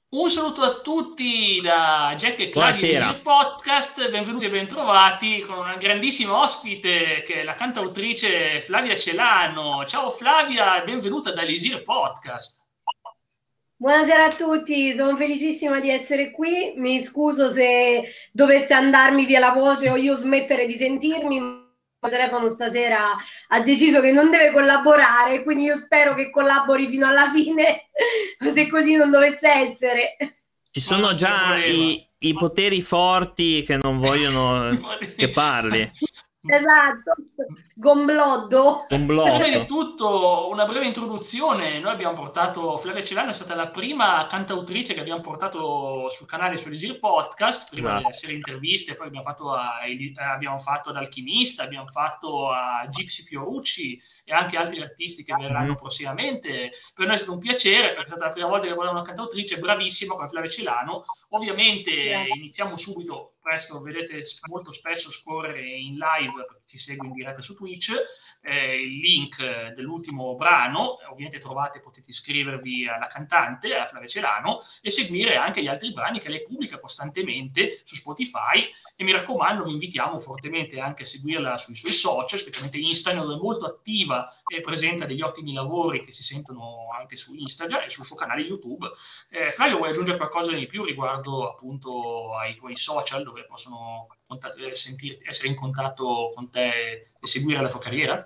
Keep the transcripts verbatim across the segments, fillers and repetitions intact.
Un saluto a tutti da Jack e Claudio di Buonasera. Easy Podcast, benvenuti e bentrovati con una grandissima ospite che è la cantautrice Flavia Celano. Ciao Flavia, benvenuta dall'Easy Podcast. Buonasera a tutti, sono felicissima di essere qui. Mi scuso se dovesse andarmi via la voce o io smettere di sentirmi, ma il telefono stasera ha deciso che non deve collaborare, quindi io spero che collabori fino alla fine, se così non dovesse essere. Ci Ma sono non c'è già problema. i, i poteri forti che non vogliono che parli. Esatto, gombloddo. Un Prima di blotto. tutto, una breve introduzione. Noi abbiamo portato, Flavia Celano è stata la prima cantautrice che abbiamo portato sul canale sull'Easy Podcast, prima Esatto. delle serie interviste, poi abbiamo fatto, a, abbiamo fatto ad Alchimista, abbiamo fatto a Gypsy Fiorucci e anche altri artisti che verranno Mhm. prossimamente. Per noi è stato un piacere, perché è stata la prima volta che guardiamo una cantautrice bravissima come Flavia Celano. Ovviamente Grazie. iniziamo subito, presto, vedete molto spesso scorrere in live, perché ci segue in diretta su Twitch, eh, il link dell'ultimo brano. Ovviamente trovate, potete iscrivervi alla cantante, a Flavia Celano, e seguire anche gli altri brani che lei pubblica costantemente su Spotify. E mi raccomando, vi invitiamo fortemente anche a seguirla sui suoi social, specialmente Instagram, dove è molto attiva e presenta degli ottimi lavori che si sentono anche su Instagram e sul suo canale YouTube. Eh, Flavio, vuoi aggiungere qualcosa di più riguardo appunto ai tuoi social, dove possono contat- sentirti, essere in contatto con te e seguire la tua carriera?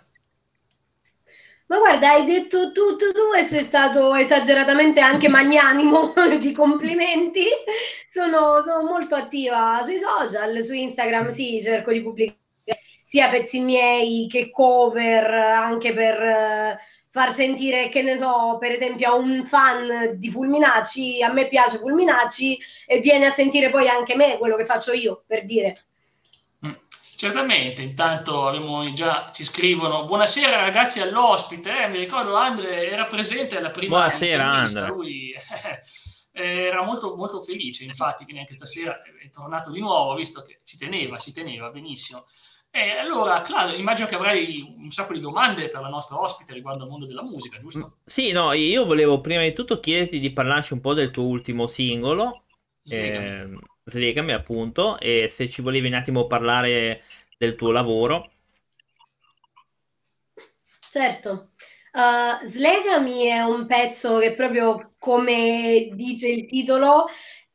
Ma guarda, hai detto tutto tu e sei stato esageratamente anche magnanimo di complimenti. Sono, sono molto attiva sui social, su Instagram sì, cerco di pubblicare sia pezzi miei che cover, anche per eh, far sentire, che ne so, per esempio a un fan di Fulminacci, a me piace Fulminacci e viene a sentire poi anche me, quello che faccio io, per dire. Mm, Certamente, intanto abbiamo già, ci scrivono: buonasera ragazzi all'ospite. Eh, mi ricordo Andre era presente alla prima Buonasera, intervista, Andre. lui era molto, molto felice, infatti, quindi anche stasera è tornato di nuovo, visto che ci teneva, ci teneva benissimo. E allora, Claudio, immagino che avrai un sacco di domande per la nostra ospite riguardo al mondo della musica, giusto? Sì, no, io volevo prima di tutto chiederti di parlarci un po' del tuo ultimo singolo, Slegami. ehm, Slegami appunto, e se ci volevi un attimo parlare del tuo lavoro. Certo. Uh, Slegami è un pezzo che proprio, come dice il titolo,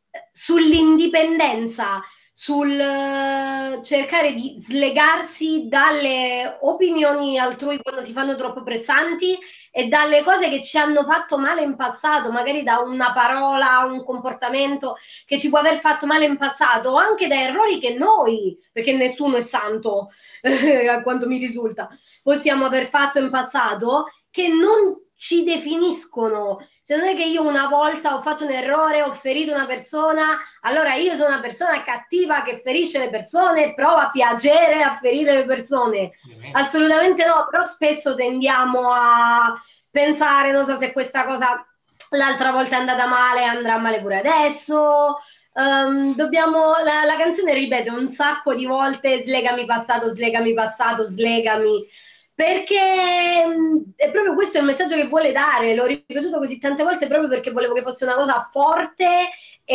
sull'indipendenza, sul uh, cercare di slegarsi dalle opinioni altrui quando si fanno troppo pressanti e dalle cose che ci hanno fatto male in passato, magari da una parola, un comportamento che ci può aver fatto male in passato, o anche da errori che noi, perché nessuno è santo, a quanto mi risulta, possiamo aver fatto in passato, che non ci definiscono. Cioè non è che io una volta ho fatto un errore, ho ferito una persona, allora io sono una persona cattiva che ferisce le persone e prova piacere a ferire le persone. Ovviamente. Assolutamente no, però spesso tendiamo a pensare, non so se questa cosa l'altra volta è andata male, andrà male pure adesso. Um, dobbiamo, la, la canzone ripete un sacco di volte slegami passato, slegami passato, slegami, perché mh, è proprio questo il messaggio che vuole dare. L'ho ripetuto così tante volte proprio perché volevo che fosse una cosa forte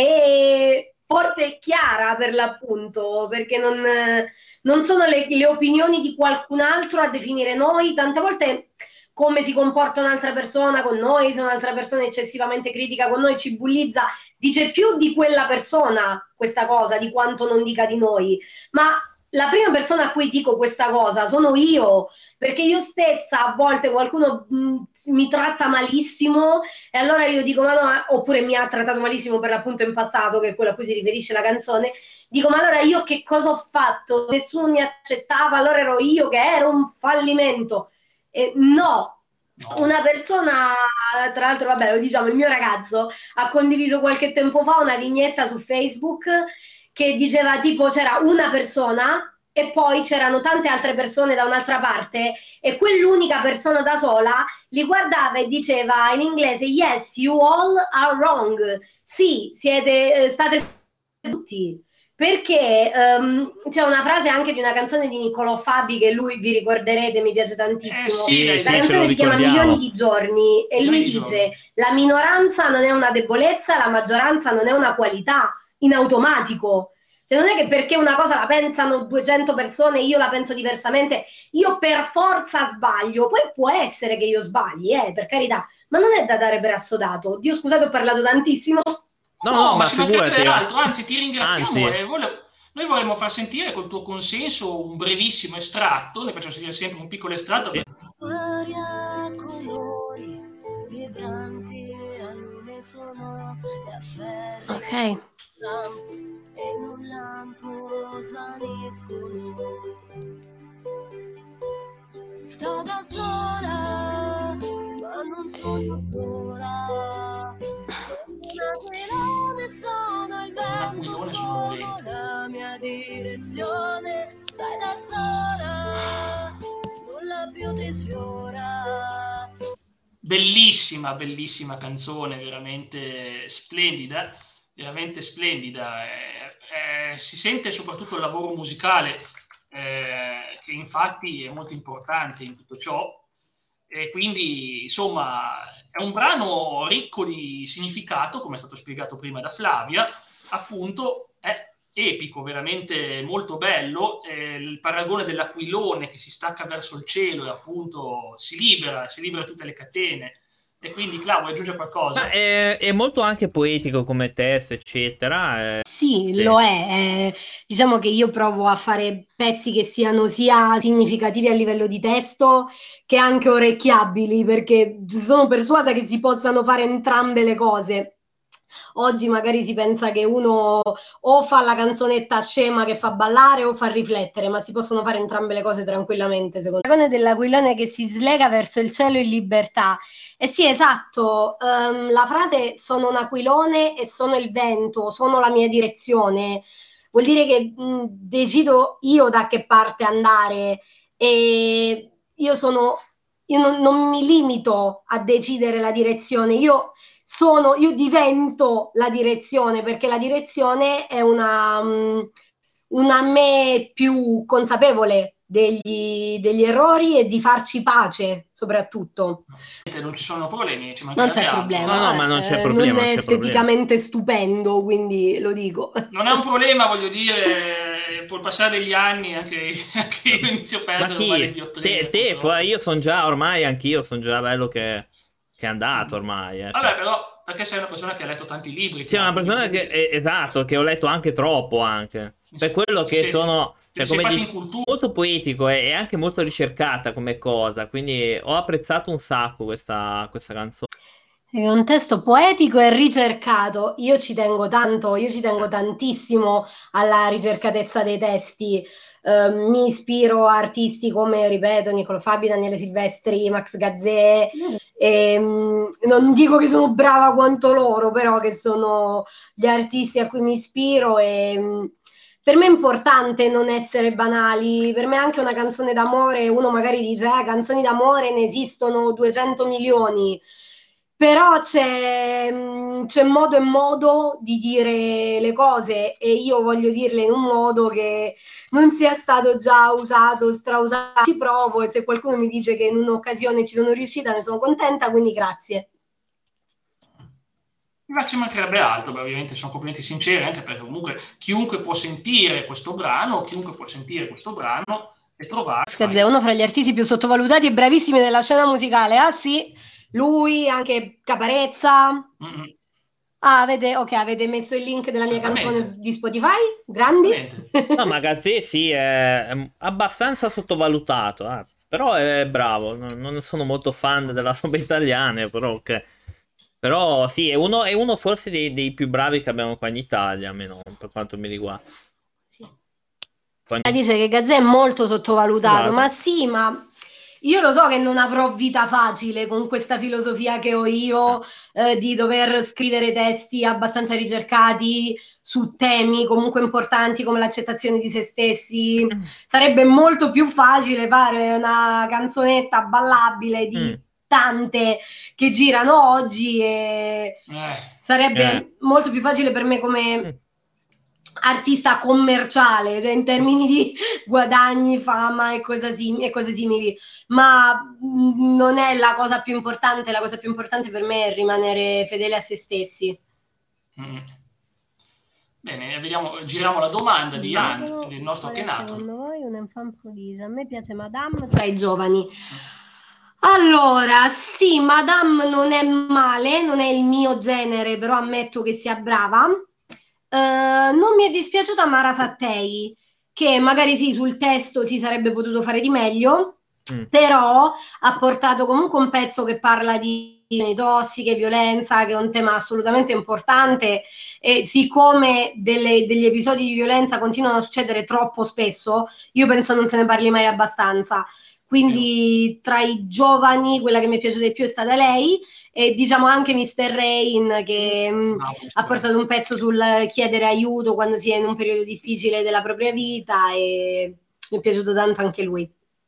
e forte e chiara, per l'appunto, perché non, non sono le, le opinioni di qualcun altro a definire noi. Tante volte come si comporta un'altra persona con noi, se un'altra persona è eccessivamente critica con noi, ci bullizza, dice più di quella persona questa cosa, di quanto non dica di noi. Ma la prima persona a cui dico questa cosa sono io, perché io stessa a volte qualcuno mh, mi tratta malissimo e allora io dico ma no, oppure mi ha trattato malissimo per l'appunto in passato, che è quello a cui si riferisce la canzone, dico ma allora io che cosa ho fatto? Nessuno mi accettava, allora ero io che ero un fallimento. Eh, no, No. una persona, tra l'altro, vabbè, lo diciamo, il mio ragazzo ha condiviso qualche tempo fa una vignetta su Facebook che diceva tipo c'era una persona e poi c'erano tante altre persone da un'altra parte e quell'unica persona da sola li guardava e diceva in inglese yes, you all are wrong. Sì, siete, state tutti. perché um, c'è una frase anche di una canzone di Niccolò Fabi che lui, vi ricorderete, mi piace tantissimo. Eh sì, la sì, canzone si chiama Milioni di giorni e lui dice giorni. la minoranza non è una debolezza, la maggioranza non è una qualità, in automatico. Cioè non è che perché una cosa la pensano duecento persone io la penso diversamente, io per forza sbaglio. Poi può essere che io sbagli, eh, per carità, ma non è da dare per assodato. Dio, scusate, ho parlato tantissimo. No, No, no, ma ma ci mancherebbe figurati. altro, anzi ti ringraziamo. Anzi. E vole- noi vorremmo far sentire col tuo consenso un brevissimo estratto, ne facciamo sentire sempre un piccolo estratto. Sì. Aria, colori, vibranti, all'unisono e afferri. Ok. E in un lampo svaniscono. Sto da sola, ma non sono sola. Sono un aquilone, sono il vento, sono la mia direzione. Stai da sola, nulla più ti sfiora. Bellissima, bellissima canzone, veramente splendida, veramente splendida. Eh, eh, si sente soprattutto il lavoro musicale, eh, che infatti è molto importante in tutto ciò. E quindi, insomma, è un brano ricco di significato, come è stato spiegato prima da Flavia, appunto è epico, veramente molto bello. Eh, il paragone dell'aquilone che si stacca verso il cielo e appunto si libera, si libera tutte le catene. E quindi, Clau, vuoi aggiungere qualcosa? Ma è, è molto anche poetico come testo, eccetera. Eh, Sì, lo è. Eh, diciamo che io provo a fare pezzi che siano sia significativi a livello di testo che anche orecchiabili, perché sono persuasa che si possano fare entrambe le cose. Oggi magari si pensa che uno o fa la canzonetta scema che fa ballare o fa riflettere, ma si possono fare entrambe le cose tranquillamente, secondo me. Il paragone dell'aquilone che si slega verso il cielo in libertà. Eh sì, esatto, um, la frase sono un aquilone e sono il vento, sono la mia direzione, vuol dire che mh, decido io da che parte andare e io sono, io non, non mi limito a decidere la direzione, io sono, io divento la direzione, perché la direzione è una, um, una me più consapevole degli, degli errori e di farci pace, soprattutto. Non ci sono problemi, ci Non c'è altro. problema. No, no, ma non c'è eh, problema, non è non c'è esteticamente stupendo, quindi lo dico. Non è un problema, voglio dire, col passare degli anni anche, anche io inizio a perdere Ma un mare chi? di otto Te, te fu- io sono già, ormai anch'io sono già bello che, che è andato ormai. Eh, cioè. Vabbè, però, perché sei una persona che ha letto tanti libri. Sì, una persona che, eh, esatto, che ho letto anche troppo anche. Per quello che sì, sono, cioè, come dici, cultura. molto poetico e, e anche molto ricercata come cosa, quindi ho apprezzato un sacco questa, questa canzone. È un testo poetico e ricercato, io ci tengo tanto, io ci tengo tantissimo alla ricercatezza dei testi. Uh, mi ispiro a artisti come, ripeto, Niccolò Fabi, Daniele Silvestri, Max Gazzè. Mm. E, um, non dico che sono brava quanto loro, però che sono gli artisti a cui mi ispiro e um, per me è importante non essere banali. Per me anche una canzone d'amore, uno magari dice eh, canzoni d'amore ne esistono duecento milioni, però c'è, c'è modo e modo di dire le cose e io voglio dirle in un modo che non sia stato già usato, strausato. Ci provo e se qualcuno mi dice che in un'occasione ci sono riuscita ne sono contenta, quindi grazie. Ma ci mancherebbe altro, beh, ovviamente sono complimenti sinceri, anche perché comunque chiunque può sentire questo brano, chiunque può sentire questo brano e trovare... Gazzè è uno fra gli artisti più sottovalutati e bravissimi della scena musicale, ah sì, lui, anche Caparezza. Mm-hmm. Ah, avete, ok, avete messo il link della mia canzone di Spotify? Grandi? No, ma Gazzè sì, è, è abbastanza sottovalutato, eh. Però è bravo, non, non sono molto fan della roba italiana, però ok. Però sì, è uno, è uno forse dei, dei più bravi che abbiamo qua in Italia, almeno per quanto mi riguarda. Sì. Quando... Dice che Gazzè è molto sottovalutato, esatto. Ma sì, ma io lo so che non avrò vita facile con questa filosofia che ho io eh, di dover scrivere testi abbastanza ricercati su temi comunque importanti come l'accettazione di se stessi. Sarebbe molto più facile fare una canzonetta ballabile di... Mm. tante che girano oggi e eh. sarebbe eh. molto più facile per me come artista commerciale, cioè in termini di guadagni, fama e cose, sim- e cose simili, ma mh, non è la cosa più importante. La cosa più importante per me è rimanere fedele a se stessi. Mm. Bene, vediamo, giriamo la domanda di Ian, Dicono, del nostro qual è Kenato. secondo voi un enfant prodige? A me piace Madame tra i giovani. Allora, sì, Madame non è male, non è il mio genere, però ammetto che sia brava. Eh, non mi è dispiaciuta Mara Sattei, che magari sì, sul testo si sarebbe potuto fare di meglio, Mm. però ha portato comunque un pezzo che parla di relazioni tossiche, violenza, che è un tema assolutamente importante, e siccome delle- degli episodi di violenza continuano a succedere troppo spesso, io penso non se ne parli mai abbastanza. Quindi tra i giovani quella che mi è piaciuta di più è stata lei, e diciamo anche mister Rain, che mh, Bravo, ha mister portato un pezzo sul chiedere aiuto quando si è in un periodo difficile della propria vita, e mi è piaciuto tanto anche lui.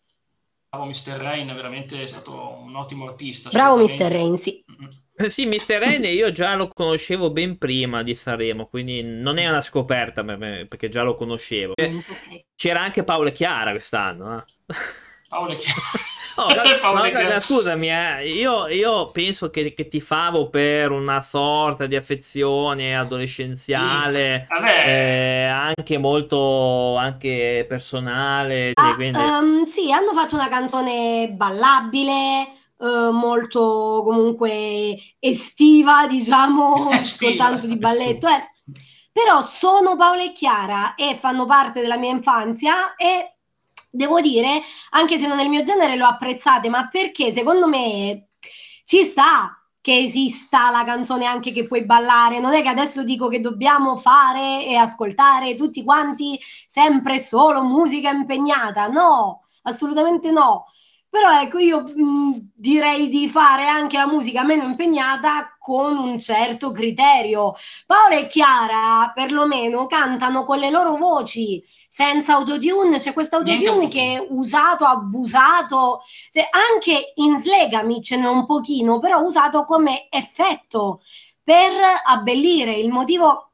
Bravo mister Rain, veramente è stato un ottimo artista. Bravo assolutamente. mister Rain, sì. Mm. Eh sì, mister N io già lo conoscevo ben prima di Sanremo, quindi non è una scoperta per me, perché già lo conoscevo. Ok. C'era anche Paolo e Chiara quest'anno, eh. Paolo è chiaro. Oh, guarda- Paolo no, è chiaro. guarda, scusami, eh, io, io penso che, che tifavo per una sorta di affezione adolescenziale, Sì, vabbè. eh, anche molto anche personale. Ah, Quindi... ehm, sì, hanno fatto una canzone ballabile, eh, molto comunque estiva, diciamo, con Estiva. tanto di balletto. eh. Però sono Paola e Chiara e fanno parte della mia infanzia, e devo dire, anche se non è il mio genere, l'ho apprezzate, ma perché secondo me ci sta che esista la canzone anche che puoi ballare. Non è che adesso dico che dobbiamo fare e ascoltare tutti quanti sempre solo musica impegnata, no, assolutamente no. Però ecco, io mh, direi di fare anche la musica meno impegnata con un certo criterio. Paola e Chiara perlomeno cantano con le loro voci, senza autotune. C'è questo Niente autotune autotune. che è usato, abusato, se- anche in Slegami ce n'è un pochino, però usato come effetto per abbellire. Il motivo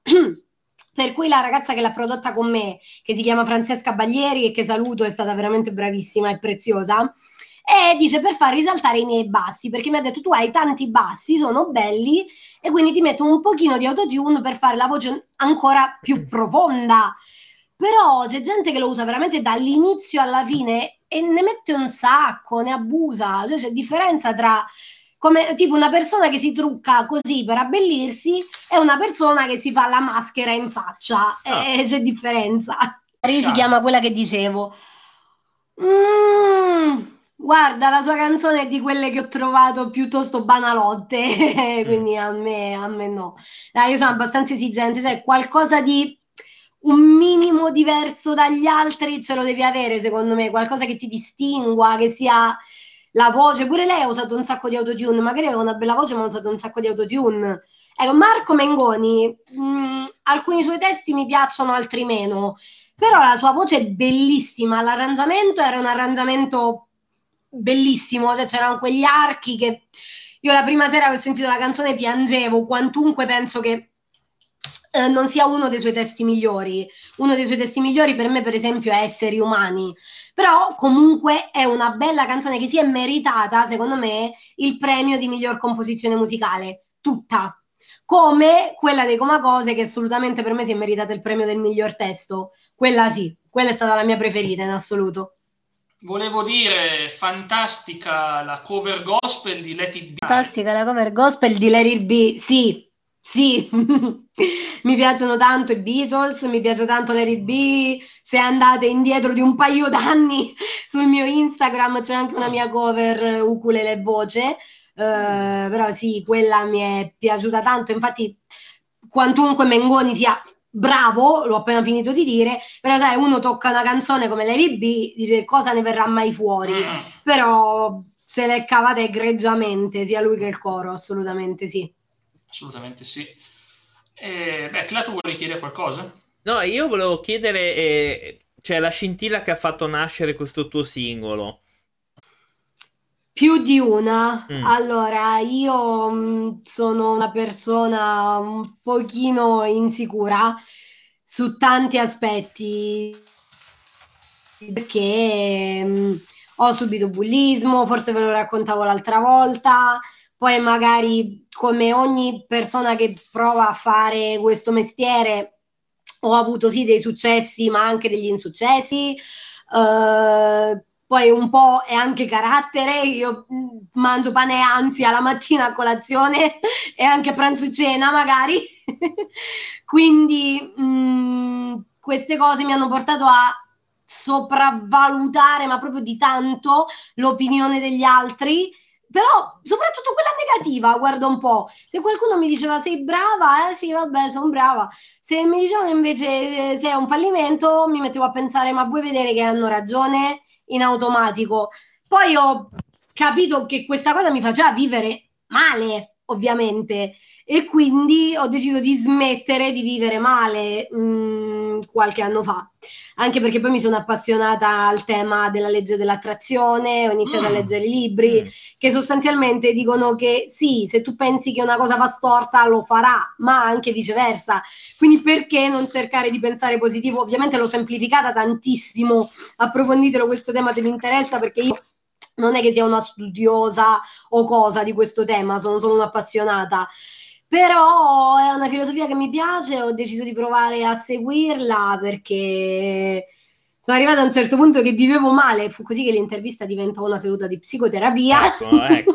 per cui la ragazza che l'ha prodotta con me, che si chiama Francesca Baglieri e che saluto, è stata veramente bravissima e preziosa, e dice per far risaltare i miei bassi, perché mi ha detto tu hai tanti bassi, sono belli, e quindi ti metto un pochino di autotune per fare la voce ancora più profonda. Però c'è gente che lo usa veramente dall'inizio alla fine e ne mette un sacco, ne abusa. Cioè, c'è differenza tra come tipo una persona che si trucca così per abbellirsi e una persona che si fa la maschera in faccia. Ah. E c'è differenza. Si Sciallo. chiama quella che dicevo. Mm, guarda, la sua canzone è di quelle che ho trovato piuttosto banalotte, quindi a me, a me no. Dai, io sono abbastanza esigente, cioè qualcosa di un minimo diverso dagli altri ce lo devi avere, secondo me, qualcosa che ti distingua, che sia la voce. Pure lei ha usato un sacco di autotune, magari aveva una bella voce, ma ha usato un sacco di autotune. Ecco, Marco Mengoni, mh, alcuni suoi testi mi piacciono, altri meno, però la sua voce è bellissima, l'arrangiamento era un arrangiamento bellissimo, cioè c'erano quegli archi che io la prima sera che ho sentito la canzone piangevo, quantunque penso che eh, non sia uno dei suoi testi migliori. Uno dei suoi testi migliori per me, per esempio, è Esseri Umani. Però comunque è una bella canzone che si è meritata, secondo me, il premio di miglior composizione musicale, tutta. Come quella dei Comacose, che assolutamente per me si è meritata il premio del miglior testo. Quella sì, quella è stata la mia preferita in assoluto. Volevo dire, fantastica la cover gospel di Let It Be. Fantastica la cover gospel di Let It Be, sì, sì, mi piacciono tanto i Beatles, mi piace tanto Let It Be. Se andate indietro di un paio d'anni sul mio Instagram c'è anche una mia cover ukulele e voce, eh, però sì, quella mi è piaciuta tanto. Infatti, quantunque Mengoni sia bravo, l'ho appena finito di dire, però sai, uno tocca una canzone come Let It Be, dice cosa ne verrà mai fuori, Mm. però se l'è cavata egregiamente, sia lui che il coro, assolutamente sì. Assolutamente sì. Eh, beh, Cla, tu vuoi chiedere qualcosa? No, io volevo chiedere, eh, cioè la scintilla che ha fatto nascere questo tuo singolo. Più di una. Mm. Allora, io mh, sono una persona un pochino insicura, su tanti aspetti, perché mh, ho subito bullismo, forse ve lo raccontavo l'altra volta, poi magari come ogni persona che prova a fare questo mestiere ho avuto sì dei successi ma anche degli insuccessi, uh, poi un po' è anche carattere, io mangio pane e ansia la mattina a colazione e anche a pranzo e cena magari, quindi mh, queste cose mi hanno portato a sopravvalutare, ma proprio di tanto, l'opinione degli altri, però soprattutto quella negativa, guarda un po', se qualcuno mi diceva sei brava, eh sì vabbè sono brava, se mi dicevano invece eh, sei un fallimento, mi mettevo a pensare ma vuoi vedere che hanno ragione, in automatico. Poi ho capito che questa cosa mi faceva vivere male, ovviamente, e quindi ho deciso di smettere di vivere male mh, qualche anno fa, anche perché poi mi sono appassionata al tema della legge dell'attrazione, ho iniziato mm. a leggere libri mm. che sostanzialmente dicono che sì, se tu pensi che una cosa va storta lo farà, ma anche viceversa, quindi perché non cercare di pensare positivo? Ovviamente l'ho semplificata tantissimo, approfonditelo questo tema se vi interessa, perché io non è che sia una studiosa o cosa di questo tema, sono solo un'appassionata, però è una filosofia che mi piace, ho deciso di provare a seguirla perché sono arrivata a un certo punto che vivevo male, fu così che l'intervista diventò una seduta di psicoterapia. Ecco, ecco.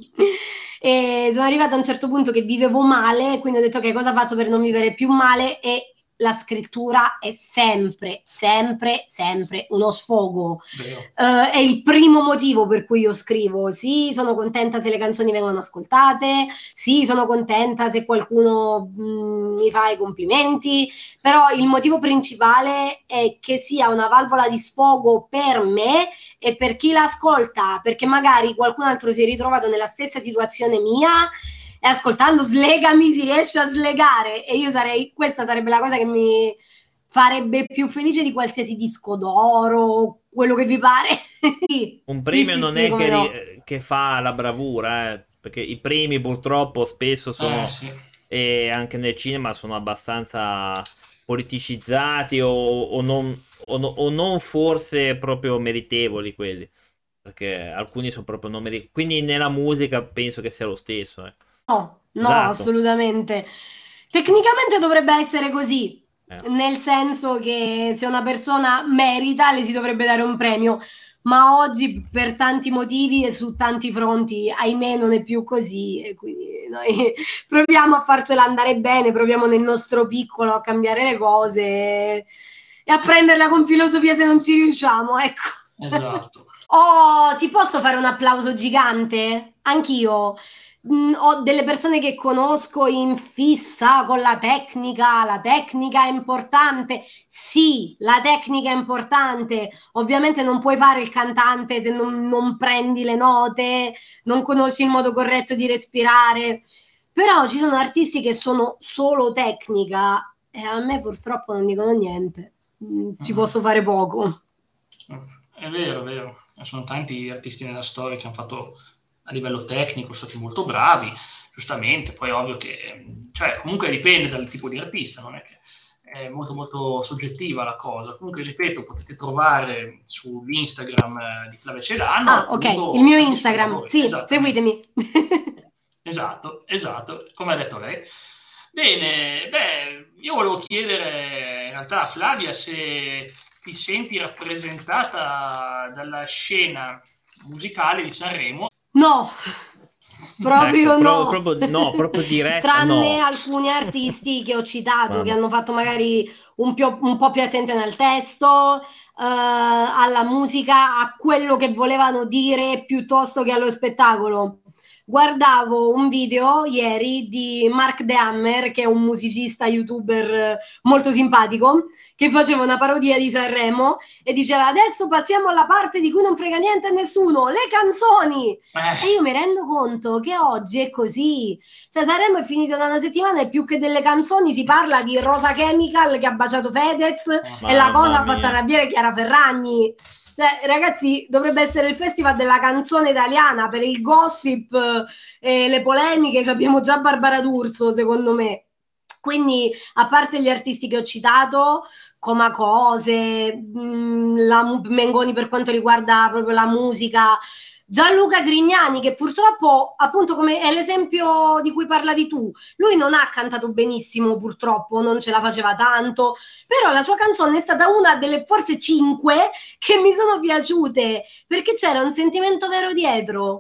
E sono arrivata a un certo punto che vivevo male, quindi ho detto ok, cosa faccio per non vivere più male? E la scrittura è sempre, sempre, sempre uno sfogo. Uh, è il primo motivo per cui io scrivo. Sì, sono contenta se le canzoni vengono ascoltate, sì, sono contenta se qualcuno mh, mi fa i complimenti, però il motivo principale è che sia una valvola di sfogo per me e per chi l'ascolta, perché magari qualcun altro si è ritrovato nella stessa situazione mia e ascoltando Slegami si riesce a slegare, e io sarei, questa sarebbe la cosa che mi farebbe più felice di qualsiasi disco d'oro, quello che vi pare. Sì, un premio sì, non sì, è che, no. che fa la bravura, eh, perché i premi purtroppo spesso sono, eh, sì. e anche nel cinema sono abbastanza politicizzati o, o, non, o, no, o non forse proprio meritevoli quelli, perché alcuni sono proprio non meritevoli, quindi nella musica penso che sia lo stesso, ecco. No, no, Esatto. assolutamente. Tecnicamente dovrebbe essere così, eh. nel senso che se una persona merita le si dovrebbe dare un premio, ma oggi per tanti motivi e su tanti fronti, ahimè, non è più così, e quindi noi proviamo a farcela andare bene, proviamo nel nostro piccolo a cambiare le cose e a prenderla con filosofia se non ci riusciamo, ecco. Esatto. Oh, ti posso fare un applauso gigante? Anch'io. Mm, ho delle persone che conosco in fissa con la tecnica, la tecnica è importante. Sì, la tecnica è importante. Ovviamente non puoi fare il cantante se non, non prendi le note, non conosci il modo corretto di respirare. Però ci sono artisti che sono solo tecnica e a me purtroppo non dicono niente. Mm, ci Mm. posso fare poco. È vero, è vero. Sono tanti artisti nella storia che hanno fatto a livello tecnico, sono stati molto bravi, giustamente. Poi è ovvio che, cioè, comunque dipende dal tipo di artista, non è che è molto molto soggettiva la cosa. Comunque, ripeto, potete trovare sull'Instagram di Flavia Celano. Ah, ok, il mio Instagram, sì, seguitemi. Esatto, esatto, come ha detto lei. Bene, beh, io volevo chiedere in realtà a Flavia se ti senti rappresentata dalla scena musicale di Sanremo. No, proprio ecco, no. Pro, proprio, no, proprio diretta, tranne no. alcuni artisti che ho citato, Mamma. che hanno fatto magari un, più, un po' più attenzione al testo, uh, alla musica, a quello che volevano dire piuttosto che allo spettacolo. Guardavo un video ieri di Mark De Hammer, che è un musicista youtuber molto simpatico, che faceva una parodia di Sanremo e diceva adesso passiamo alla parte di cui non frega niente a nessuno, le canzoni. Eh. E io mi rendo conto che oggi è così. Cioè Sanremo è finito da una settimana e più che delle canzoni si parla di Rosa Chemical che ha baciato Fedez oh, e la cosa ha fatto arrabbiare Chiara Ferragni. Cioè, ragazzi, dovrebbe essere il festival della canzone italiana. Per il gossip e le polemiche ci abbiamo già Barbara D'Urso, secondo me. Quindi, a parte gli artisti che ho citato, Comacose, mh, la Mu- Mengoni per quanto riguarda proprio la musica, Gianluca Grignani, che purtroppo, appunto, come è l'esempio di cui parlavi tu, lui non ha cantato benissimo, purtroppo, non ce la faceva tanto, però la sua canzone è stata una delle forse cinque che mi sono piaciute, perché c'era un sentimento vero dietro.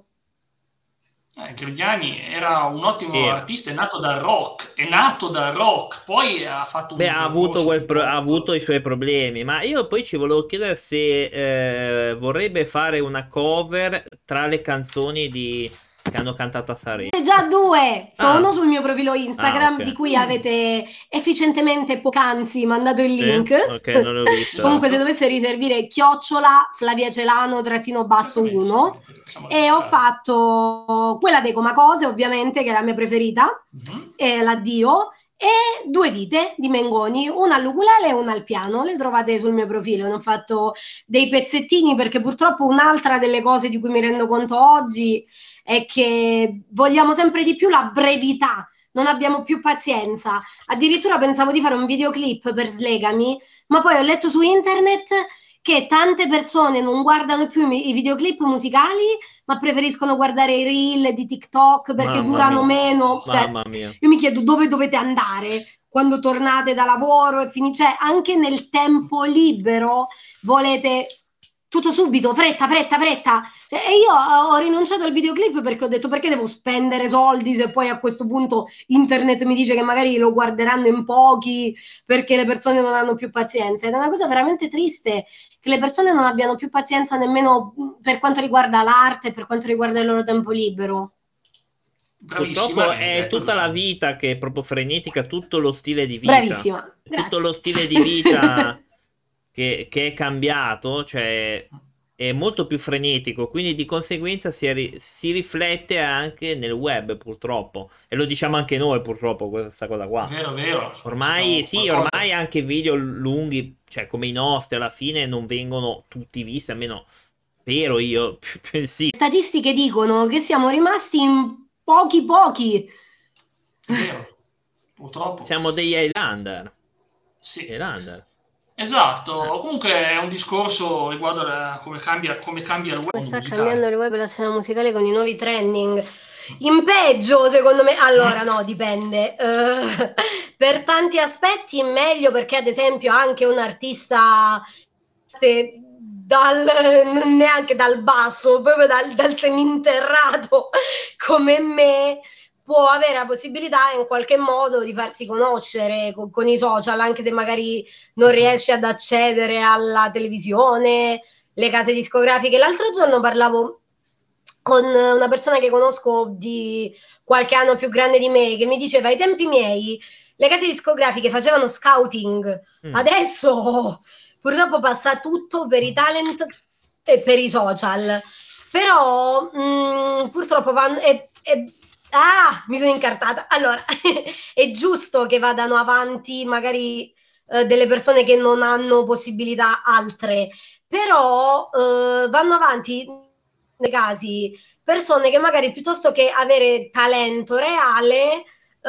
Eh, Grignani era un ottimo Era. artista, è nato dal rock, è nato dal rock, poi ha fatto un Beh, ha avuto, percorso quel pro- ha molto- avuto i suoi problemi, ma io poi ci volevo chiedere se eh, vorrebbe fare una cover tra le canzoni di... che hanno cantato a Sanremo. Già due sono Ah. sul mio profilo Instagram, Ah, ok. di cui avete efficientemente poc'anzi mandato il Sì? link. Ok, non l'ho visto. Comunque, se dovesse riservire chiocciola Flavia Celano trattino basso uno. E ho fatto quella dei Comacose, ovviamente, che è la mia preferita, Mhm. e l'addio, e Due vite di Mengoni, una all'ukulele e una al piano. Le trovate sul mio profilo. Ne ho fatto dei pezzettini perché purtroppo un'altra delle cose di cui mi rendo conto oggi è che vogliamo sempre di più la brevità, non abbiamo più pazienza. Addirittura pensavo di fare un videoclip per Slegami, ma poi ho letto su internet che tante persone non guardano più i videoclip musicali, ma preferiscono guardare i reel di TikTok perché Mamma durano mia. meno. Cioè, Mamma mia. io mi chiedo dove dovete andare quando tornate da lavoro e finisce, cioè, anche nel tempo libero volete tutto subito, fretta, fretta, fretta. Cioè, e io ho rinunciato al videoclip perché ho detto perché devo spendere soldi se poi a questo punto internet mi dice che magari lo guarderanno in pochi perché le persone non hanno più pazienza. Ed è una cosa veramente triste che le persone non abbiano più pazienza nemmeno per quanto riguarda l'arte, per quanto riguarda il loro tempo libero. Bravissima, Purtroppo hai è detto tutta la giusto. vita che è proprio frenetica, tutto lo stile di vita. Bravissima. Tutto Grazie. lo stile di vita che, che è cambiato, cioè è molto più frenetico, quindi di conseguenza si, ri- si riflette anche nel web, purtroppo. E lo diciamo anche noi, purtroppo, questa cosa qua. Vero, vero. Ormai, sì, Qualcosa- ormai anche video lunghi, cioè come i nostri, alla fine non vengono tutti visti, almeno spero io, sì. Statistiche dicono che siamo rimasti in pochi pochi. È vero, purtroppo. Siamo degli Highlander. Sì. Highlander. Esatto, comunque è un discorso riguardo a come cambia, come cambia il web Come sta musicale. cambiando il web e la scena musicale con i nuovi trending? In peggio, secondo me. Allora, no, dipende. Eh, per tanti aspetti meglio, perché ad esempio anche un artista eh, dal, neanche dal basso, proprio dal, dal seminterrato come me, può avere la possibilità in qualche modo di farsi conoscere con, con i social, anche se magari non riesce ad accedere alla televisione, le case discografiche. L'altro giorno parlavo con una persona che conosco di qualche anno più grande di me, che mi diceva ai tempi miei le case discografiche facevano scouting, Mm. adesso purtroppo passa tutto per i talent e per i social, però mh, purtroppo vanno... È, è, ah, mi sono incartata. Allora, è giusto che vadano avanti magari eh, delle persone che non hanno possibilità altre, però eh, vanno avanti nei casi persone che magari piuttosto che avere talento reale eh,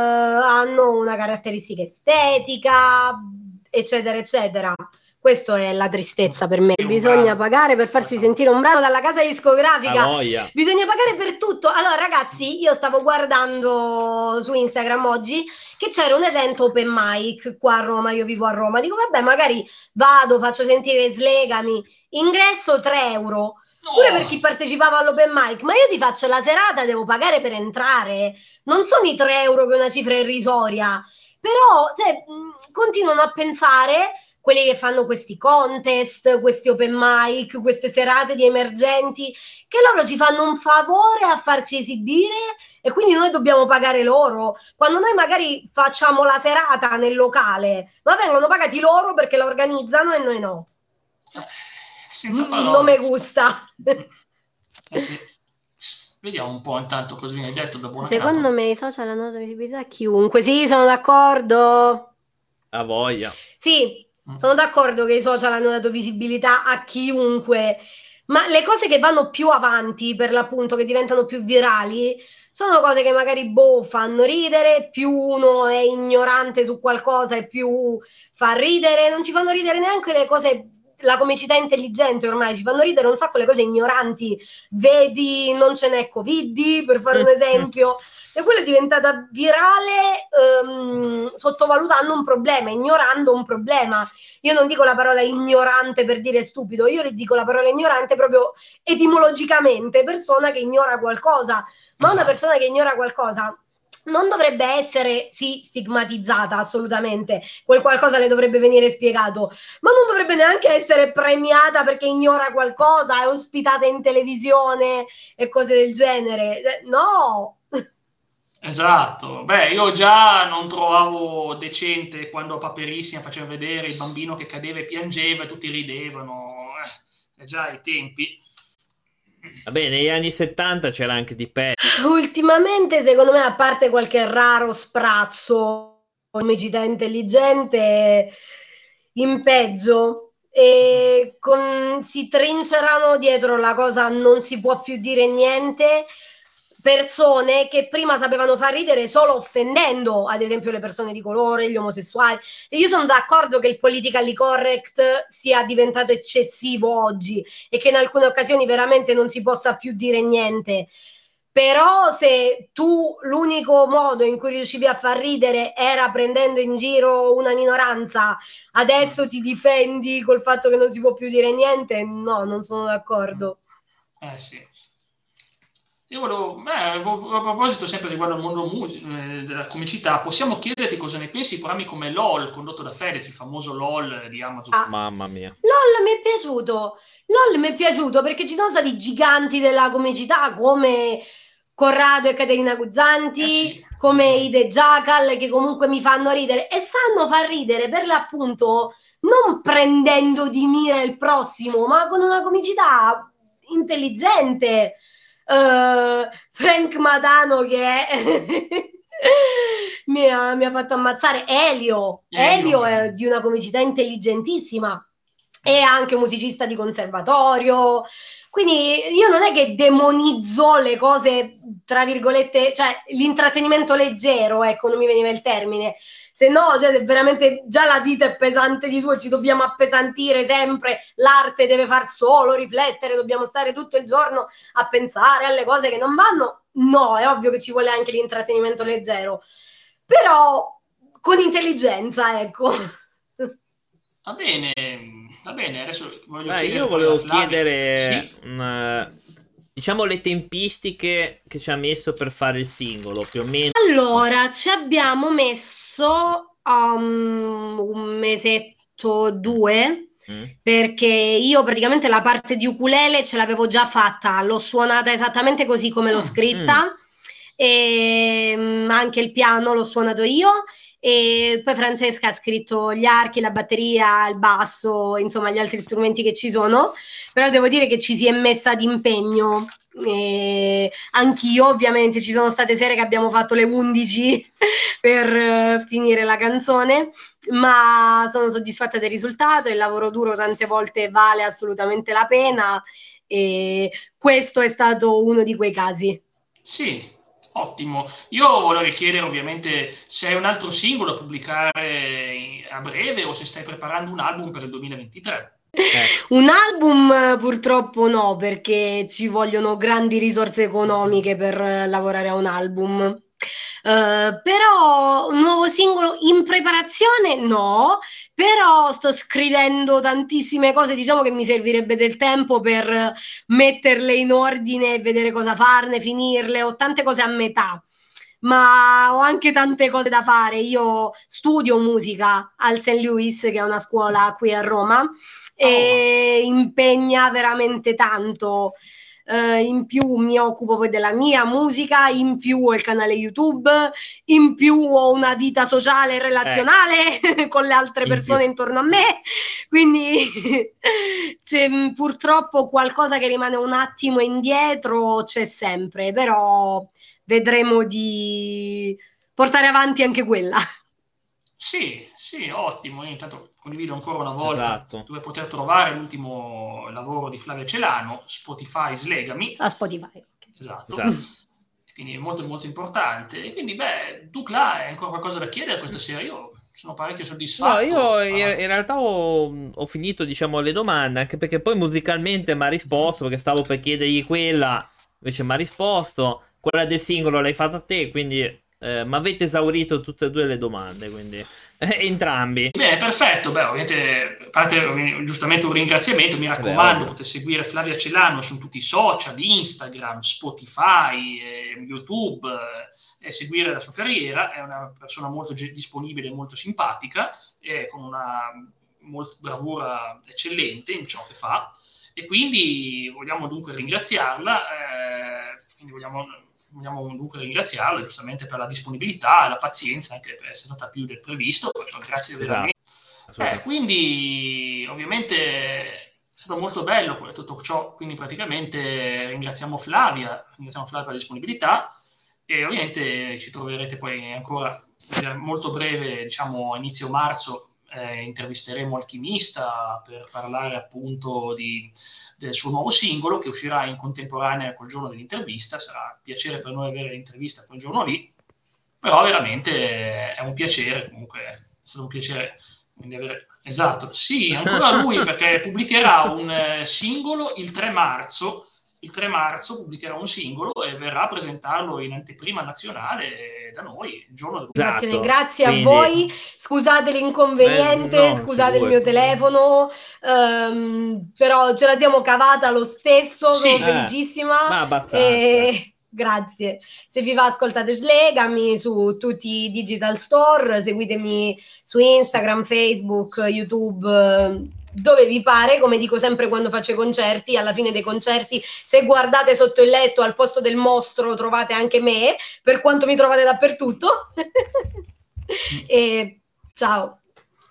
hanno una caratteristica estetica, eccetera, eccetera. Questa è la tristezza per me. Un Bisogna brano. pagare per farsi sentire un brano dalla casa discografica. A voglia. Bisogna pagare per tutto. Allora, ragazzi, io stavo guardando su Instagram oggi che c'era un evento open mic qua a Roma. Io vivo a Roma. Dico, vabbè, magari vado, faccio sentire Slegami. Ingresso tre euro. No. Pure per chi partecipava all'open mic, ma io ti faccio la serata, devo pagare per entrare. Non sono i tre euro che è una cifra irrisoria. Però, cioè, mh, continuano a pensare quelli che fanno questi contest, questi open mic, queste serate di emergenti, che loro ci fanno un favore a farci esibire e quindi noi dobbiamo pagare loro. Quando noi magari facciamo la serata nel locale, ma vengono pagati loro perché la organizzano e noi no. Senza Mm, parole. non mi gusta. Eh sì. Vediamo un po' intanto cosa viene detto da buona Secondo canata. me i social hanno dato visibilità a chiunque. Sì, sono d'accordo. A voglia. Sì, sono d'accordo che i social hanno dato visibilità a chiunque, ma le cose che vanno più avanti, per l'appunto, che diventano più virali, sono cose che magari boh, fanno ridere, più uno è ignorante su qualcosa e più fa ridere, non ci fanno ridere neanche le cose, la comicità intelligente ormai, ci fanno ridere un sacco le cose ignoranti, vedi non ce n'è Covid, per fare un esempio, e quella è diventata virale ehm, sottovalutando un problema, ignorando un problema. Io non dico la parola ignorante per dire stupido, io dico la parola ignorante proprio etimologicamente, persona che ignora qualcosa, ma esatto. Una persona che ignora qualcosa non dovrebbe essere, sì, stigmatizzata assolutamente, quel qualcosa le dovrebbe venire spiegato, ma non dovrebbe neanche essere premiata perché ignora qualcosa, è ospitata in televisione e cose del genere, no! Esatto, beh, io già non trovavo decente quando Paperissima faceva vedere il bambino che cadeva e piangeva e tutti ridevano, eh, già ai tempi. Vabbè, negli anni settanta c'era anche di peggio. Ultimamente, secondo me, a parte qualche raro sprazzo, comicità intelligente, in peggio, e con, si trincerano dietro la cosa non si può più dire niente, persone che prima sapevano far ridere solo offendendo, ad esempio, le persone di colore, gli omosessuali. Io sono d'accordo che il politically correct sia diventato eccessivo oggi e che in alcune occasioni veramente non si possa più dire niente, però se tu l'unico modo in cui riuscivi a far ridere era prendendo in giro una minoranza, adesso ti difendi col fatto che non si può più dire niente, no, non sono d'accordo. Eh sì. Io volevo, beh, a proposito sempre riguardo al mondo mu- eh, della comicità, possiamo chiederti cosa ne pensi di programmi come LOL, condotto da Fedez, il famoso LOL di Amazon. Ah, mamma mia. LOL mi è piaciuto, LOL mi è piaciuto perché ci sono stati giganti della comicità come Corrado e Caterina Guzzanti, eh sì, come Ide Giacal, che comunque mi fanno ridere e sanno far ridere per l'appunto non prendendo di mira il prossimo, ma con una comicità intelligente. Uh, Frank Madano che è mi, ha, mi ha fatto ammazzare. Elio Elio è di una comicità intelligentissima, è anche musicista di conservatorio, quindi io non è che demonizzo le cose tra virgolette, cioè l'intrattenimento leggero, ecco, non mi veniva il termine, se no, cioè, veramente già la vita è pesante di suo, ci dobbiamo appesantire sempre, l'arte deve far solo riflettere, dobbiamo stare tutto il giorno a pensare alle cose che non vanno. No, è ovvio che ci vuole anche l'intrattenimento leggero, però con intelligenza, ecco. Va bene, va bene, adesso voglio Beh, chiedere io volevo a Flavia. chiedere Sì? una, diciamo le tempistiche che ci ha messo per fare il singolo, più o meno. Allora, ci abbiamo messo um, un mesetto, due, mm. perché io praticamente la parte di ukulele ce l'avevo già fatta, l'ho suonata esattamente così come l'ho scritta, mm. e um, anche il piano l'ho suonato io, e poi Francesca ha scritto gli archi, la batteria, il basso, insomma gli altri strumenti che ci sono, però devo dire che ci si è messa d'impegno. E anch'io ovviamente ci sono state sere che abbiamo fatto le undici per uh, finire la canzone, ma sono soddisfatta del risultato, il lavoro duro tante volte vale assolutamente la pena e questo è stato uno di quei casi. Sì, ottimo. Io volevo chiedere ovviamente se hai un altro singolo da pubblicare a breve o se stai preparando un album per il duemilaventitré. Eh. Un album purtroppo no, perché ci vogliono grandi risorse economiche per lavorare a un album. Uh, però un nuovo singolo in preparazione no, però sto scrivendo tantissime cose, diciamo che mi servirebbe del tempo per metterle in ordine e vedere cosa farne, finirle, ho tante cose a metà, ma ho anche tante cose da fare. Io studio musica al Saint Louis, che è una scuola qui a Roma, e impegna veramente tanto. Uh, in più mi occupo poi della mia musica, in più ho il canale YouTube, in più ho una vita sociale e relazionale eh. con le altre persone in intorno a me, quindi c'è, purtroppo qualcosa che rimane un attimo indietro c'è sempre, però vedremo di portare avanti anche quella. Sì, sì, ottimo. Io intanto condivido ancora una volta esatto. dove poter trovare l'ultimo lavoro di Flavia Celano, Spotify Slegami. A Spotify. Esatto. esatto. quindi è molto molto importante. E quindi, beh, Dukla, hai ancora qualcosa da chiedere questa sera? Io sono parecchio soddisfatto. No, io in, in realtà ho, ho finito, diciamo, le domande, anche perché poi musicalmente mi ha risposto, perché stavo per chiedergli quella, invece mi ha risposto. Quella del singolo l'hai fatta te, quindi eh, mi avete esaurito tutte e due le domande, quindi eh, entrambi. Bene, perfetto. Beh, ovviamente, a parte giustamente un ringraziamento, mi raccomando, potete seguire Flavia Celano su tutti i social, Instagram, Spotify, eh, YouTube, eh, e seguire la sua carriera. È una persona molto ge- disponibile, molto simpatica, e con una molto bravura eccellente in ciò che fa, e quindi vogliamo dunque ringraziarla, eh, quindi vogliamo... Vogliamo dunque ringraziarla giustamente per la disponibilità e la pazienza, anche per essere stata più del previsto. Grazie veramente. Esatto. Eh, quindi ovviamente è stato molto bello tutto ciò, quindi praticamente ringraziamo Flavia, ringraziamo Flavia per la disponibilità, e ovviamente ci troverete poi ancora molto breve, diciamo inizio marzo. Eh, intervisteremo Alchimista per parlare appunto di, del suo nuovo singolo che uscirà in contemporanea col giorno dell'intervista. Sarà un piacere per noi avere l'intervista quel giorno lì, però veramente è un piacere, comunque è stato un piacere quindi avere... esatto, sì, ancora lui, perché pubblicherà un eh, singolo il tre marzo. Il tre marzo pubblicherà un singolo e verrà a presentarlo in anteprima nazionale da noi il giorno del... Grazie, Esatto. grazie Quindi... a voi, scusate l'inconveniente, eh, no, scusate il figurati. mio telefono, um, però ce la siamo cavata lo stesso, Sì. sono Eh, felicissima. ma abbastanza. E... Grazie. Se vi va, ascoltate Slegami su tutti i digital store, seguitemi su Instagram, Facebook, YouTube, dove vi pare. Come dico sempre quando faccio i concerti, alla fine dei concerti, se guardate sotto il letto al posto del mostro trovate anche me, per quanto mi trovate dappertutto. E ciao.